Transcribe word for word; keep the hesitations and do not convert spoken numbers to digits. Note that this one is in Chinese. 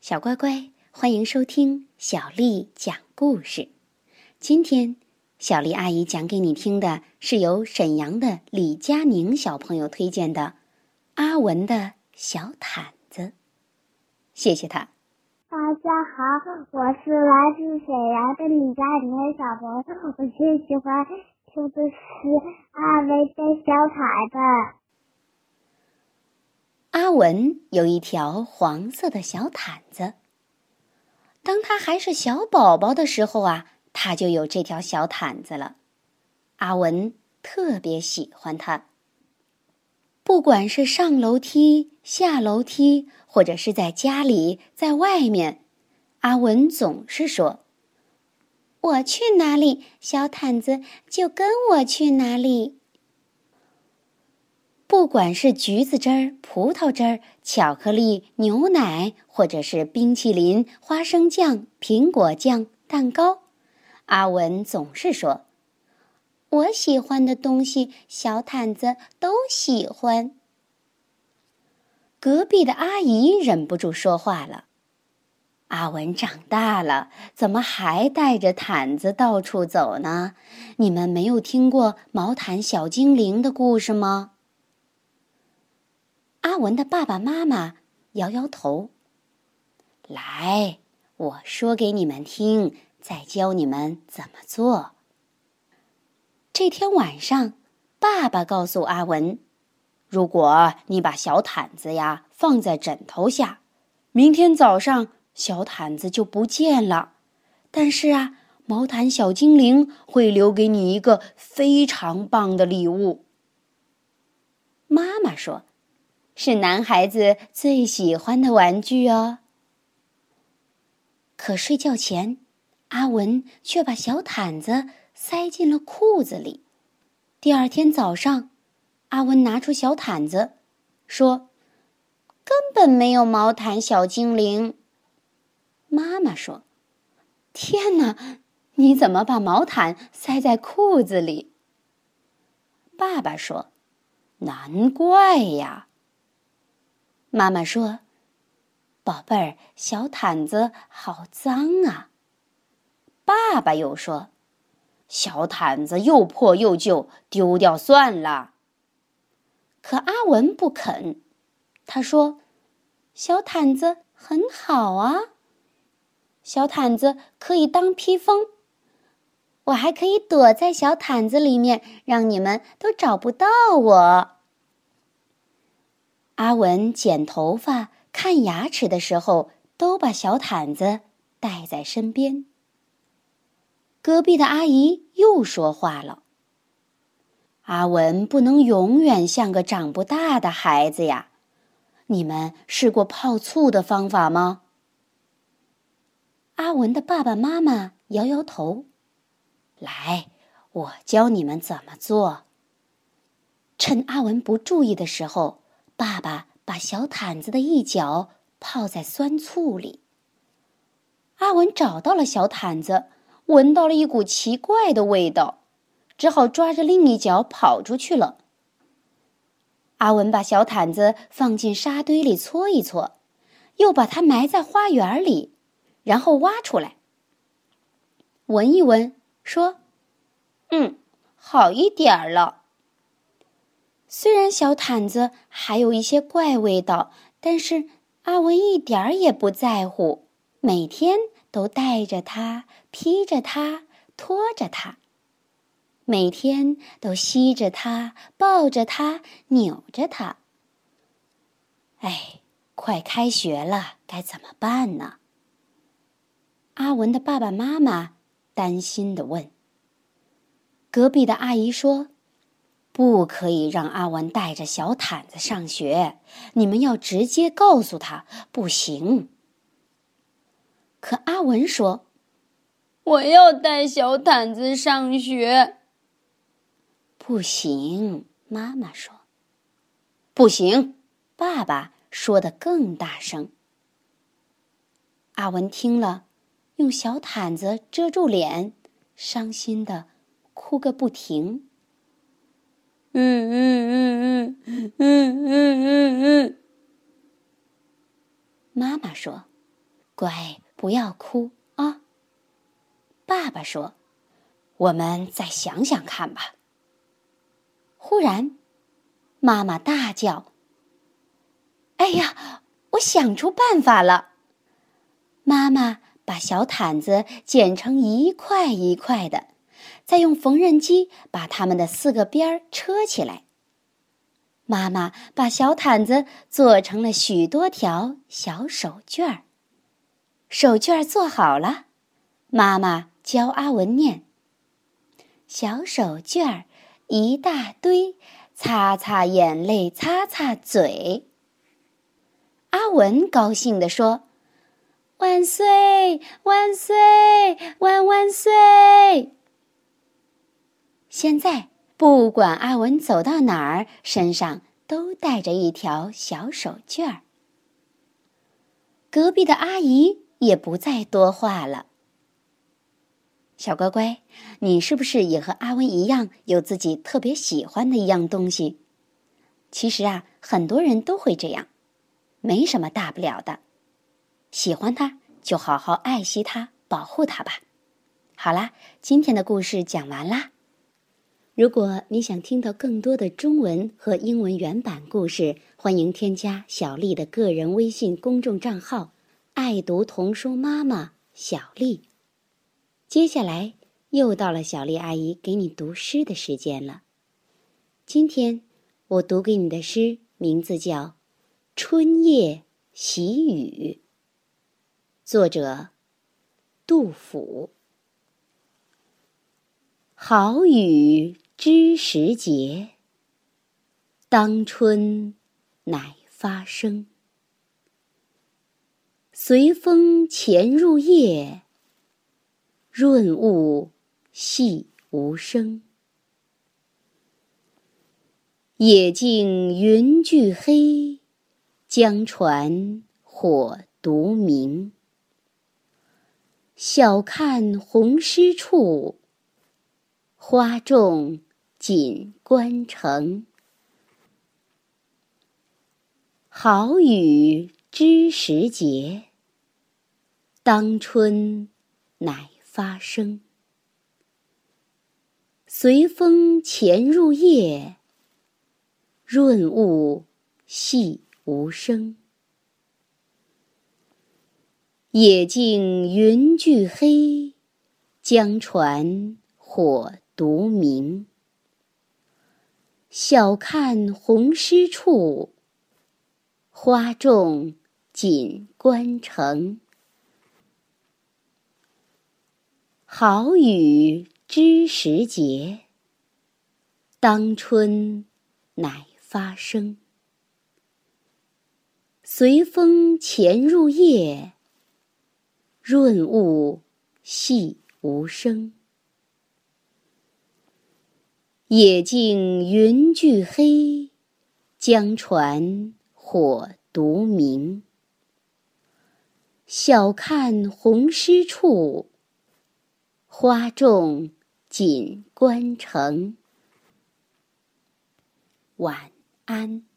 小乖乖，欢迎收听小丽讲故事。今天，小丽阿姨讲给你听的是由沈阳的李佳宁小朋友推荐的《阿文的小毯子》。谢谢他。 大家好，我是来自沈阳的李佳宁小朋友，我最喜欢听的是阿文的小毯子。 阿文有一条黄色的小毯子。当他还是小宝宝的时候啊，他就有这条小毯子了。阿文特别喜欢它。不管是上楼梯、下楼梯，或者是在家里、在外面，阿文总是说：“我去哪里，小毯子就跟我去哪里。”不管是橘子汁儿、葡萄汁儿、巧克力、牛奶，或者是冰淇淋、花生酱、苹果酱、蛋糕，阿文总是说：“我喜欢的东西，小毯子都喜欢。”隔壁的阿姨忍不住说话了：“阿文长大了，怎么还带着毯子到处走呢？你们没有听过毛毯小精灵的故事吗？”阿文的爸爸妈妈摇摇头。来，我说给你们听，再教你们怎么做。这天晚上，爸爸告诉阿文，如果你把小毯子呀放在枕头下，明天早上小毯子就不见了。但是啊，毛毯小精灵会留给你一个非常棒的礼物。妈妈说，是男孩子最喜欢的玩具哦。可睡觉前，阿文却把小毯子塞进了裤子里。第二天早上，阿文拿出小毯子，说：“根本没有毛毯小精灵。”妈妈说：“天哪，你怎么把毛毯塞在裤子里？”爸爸说：“难怪呀。”妈妈说：“宝贝儿，小毯子好脏啊。”爸爸又说：“小毯子又破又旧，丢掉算了。”可阿文不肯，他说：“小毯子很好啊，小毯子可以当披风，我还可以躲在小毯子里面，让你们都找不到我。”阿文剪头发、看牙齿的时候，都把小毯子带在身边。隔壁的阿姨又说话了：“阿文不能永远像个长不大的孩子呀，你们试过泡醋的方法吗？”阿文的爸爸妈妈摇摇头：“来，我教你们怎么做。”趁阿文不注意的时候，爸爸把小毯子的一角泡在酸醋里。阿文找到了小毯子，闻到了一股奇怪的味道，只好抓着另一角跑出去了。阿文把小毯子放进沙堆里搓一搓，又把它埋在花园里，然后挖出来，闻一闻，说：“嗯，好一点儿了。”虽然小毯子还有一些怪味道，但是阿文一点儿也不在乎，每天都带着它，披着它，拖着它，每天都吸着它，抱着它，扭着它。哎，快开学了，该怎么办呢？阿文的爸爸妈妈担心地问。隔壁的阿姨说：“不可以让阿文带着小毯子上学，你们要直接告诉他，不行。”可阿文说：“我要带小毯子上学。”不行，妈妈说。不行，爸爸说得更大声。阿文听了，用小毯子遮住脸，伤心地哭个不停。嗯嗯嗯嗯嗯嗯嗯嗯。妈妈说：“ 乖，不要哭啊。爸爸说，我们再想想看吧。忽然，妈妈大叫，哎呀，我想出办法了！妈妈把小毯子剪成一块一块的，再用缝纫机把它们的四个边儿车起来。妈妈把小毯子做成了许多条小手绢儿。手绢儿做好了，妈妈教阿文念：小手绢儿一大堆，擦擦眼泪，擦擦嘴。阿文高兴地说：万岁万岁万万岁！现在不管阿文走到哪儿，身上都带着一条小手绢儿。隔壁的阿姨也不再多话了。小乖乖，你是不是也和阿文一样，有自己特别喜欢的一样东西？其实啊，很多人都会这样，没什么大不了的。喜欢它，就好好爱惜它，保护它吧。好啦，今天的故事讲完啦。如果你想听到更多的中文和英文原版故事，欢迎添加小丽的个人微信公众账号“爱读童书妈妈小丽”。接下来又到了小丽阿姨给你读诗的时间了。今天我读给你的诗名字叫《春夜喜雨》，作者杜甫。好雨知时节，当春乃发生。随风潜入夜，润物细无声。野径云俱黑，江船火独明。晓看红湿处，花重锦官城。好雨知时节，当春乃发生。随风潜入夜，润物细无声。野径云俱黑，江船火独明。晓看红湿处，花重锦官城。好雨知时节，当春乃发生。随风潜入夜，润物细无声。野径云俱黑，江船火独明。晓看红湿处，花重锦官城。晚安。